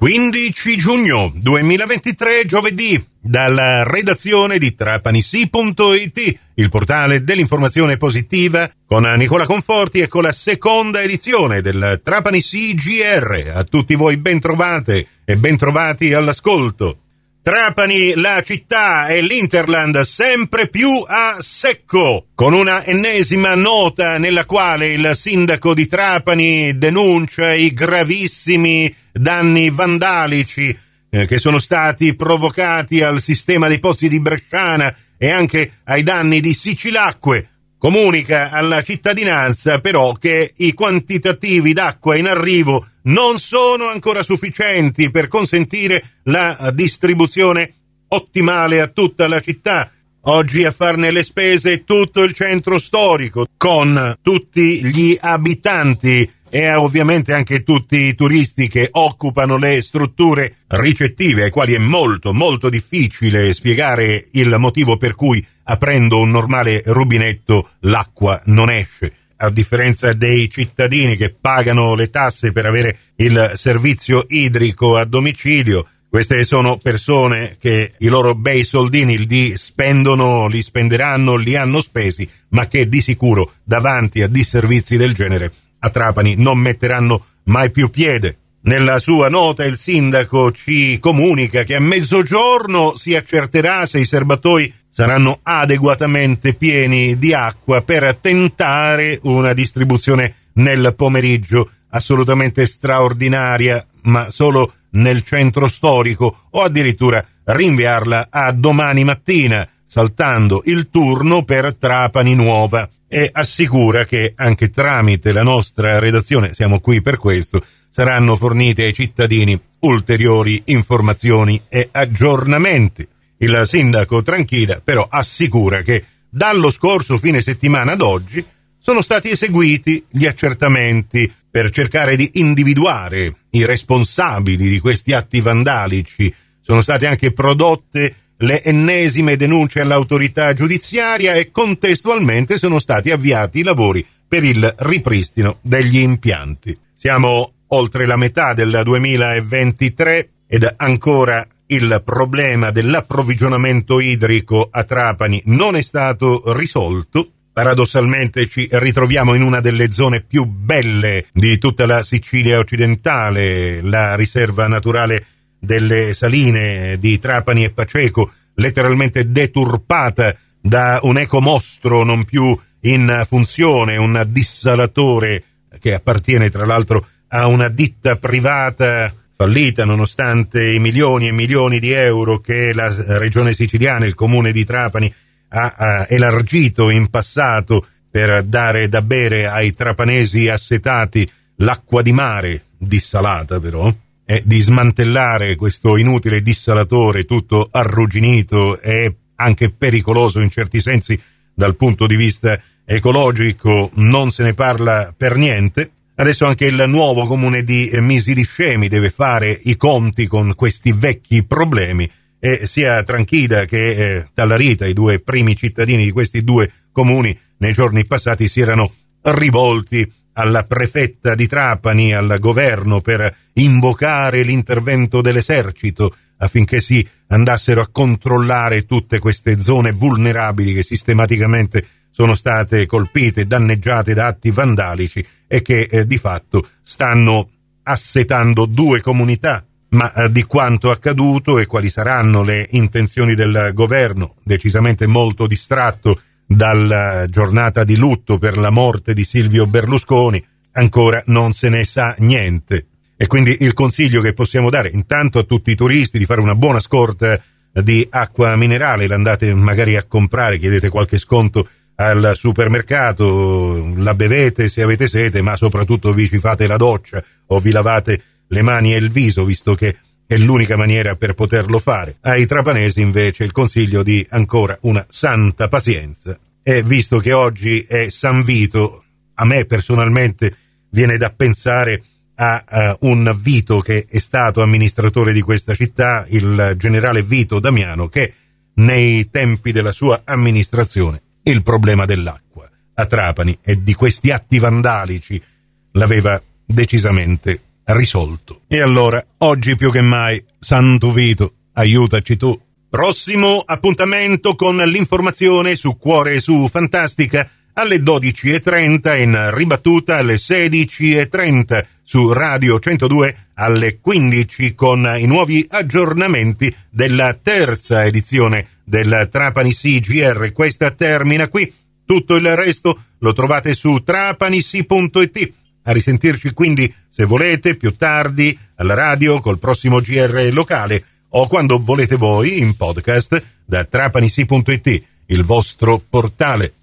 15 giugno 2023, giovedì, dalla redazione di trapanisi.it, il portale dell'informazione positiva, con Nicola Conforti e con la seconda edizione del Trapanisi GR. A tutti voi ben trovate e ben trovati all'ascolto. Trapani, la città e l'Interland sempre più a secco, con una ennesima nota nella quale il sindaco di Trapani denuncia i gravissimi danni vandalici che sono stati provocati al sistema dei pozzi di Bresciana e anche ai danni di Sicilacque. Comunica alla cittadinanza però che i quantitativi d'acqua in arrivo non sono ancora sufficienti per consentire la distribuzione ottimale a tutta la città. Oggi a farne le spese è tutto il centro storico, con tutti gli abitanti e ovviamente anche tutti i turisti che occupano le strutture ricettive, ai quali è molto difficile spiegare il motivo per cui aprendo un normale rubinetto l'acqua non esce. A differenza dei cittadini che pagano le tasse per avere il servizio idrico a domicilio, queste sono persone che i loro bei soldini li spendono, li spenderanno, li hanno spesi, ma che di sicuro davanti a disservizi del genere a Trapani non metteranno mai più piede. Nella sua nota il sindaco ci comunica che a mezzogiorno si accerterà se i serbatoi saranno adeguatamente pieni di acqua per tentare una distribuzione nel pomeriggio assolutamente straordinaria, ma solo nel centro storico, o addirittura rinviarla a domani mattina, saltando il turno per Trapani Nuova. E assicura che anche tramite la nostra redazione, siamo qui per questo, saranno fornite ai cittadini ulteriori informazioni e aggiornamenti. Il sindaco Tranchida però assicura che dallo scorso fine settimana ad oggi sono stati eseguiti gli accertamenti per cercare di individuare i responsabili di questi atti vandalici. Sono state anche prodotte le ennesime denunce all'autorità giudiziaria e contestualmente sono stati avviati i lavori per il ripristino degli impianti. Siamo oltre la metà del 2023 ed ancora il problema dell'approvvigionamento idrico a Trapani non è stato risolto. Paradossalmente ci ritroviamo in una delle zone più belle di tutta la Sicilia occidentale, la riserva naturale delle saline di Trapani e Paceco, letteralmente deturpata da un ecomostro non più in funzione, un dissalatore che appartiene tra l'altro a una ditta privata fallita nonostante i milioni e milioni di euro che la regione siciliana, il comune di Trapani, ha elargito in passato per dare da bere ai trapanesi assetati l'acqua di mare, dissalata però, e di smantellare questo inutile dissalatore tutto arrugginito e anche pericoloso in certi sensi dal punto di vista ecologico, non se ne parla per niente. Adesso anche il nuovo comune di Misiliscemi deve fare i conti con questi vecchi problemi e sia Tranchida che Tallarita, i due primi cittadini di questi due comuni, nei giorni passati si erano rivolti alla prefetta di Trapani, al governo, per invocare l'intervento dell'esercito affinché si andassero a controllare tutte queste zone vulnerabili che sistematicamente sono state colpite, danneggiate da atti vandalici e che di fatto stanno assetando due comunità. Ma di quanto accaduto e quali saranno le intenzioni del governo, decisamente molto distratto dalla giornata di lutto per la morte di Silvio Berlusconi, ancora non se ne sa niente. E quindi il consiglio che possiamo dare intanto a tutti i turisti di fare una buona scorta di acqua minerale, l'andate magari a comprare, chiedete qualche sconto al supermercato, la bevete se avete sete, ma soprattutto vi ci fate la doccia o vi lavate le mani e il viso, visto che è l'unica maniera per poterlo fare. Ai trapanesi invece il consiglio di ancora una santa pazienza, e visto che oggi è San Vito, a me personalmente viene da pensare a un Vito che è stato amministratore di questa città, il generale Vito Damiano, che nei tempi della sua amministrazione il problema dell'acqua a Trapani e di questi atti vandalici l'aveva decisamente risolto. E allora, oggi più che mai, Santo Vito, aiutaci tu. Prossimo appuntamento con l'informazione su Cuore su Fantastica alle 12.30, in ribattuta alle 16.30 su Radio 102 alle 15 con i nuovi aggiornamenti della terza edizione del Trapani CGR. Questa termina qui, tutto il resto lo trovate su trapanissi.it. A risentirci quindi, se volete, più tardi alla radio col prossimo GR locale o quando volete voi in podcast da trapanissi.it, il vostro portale.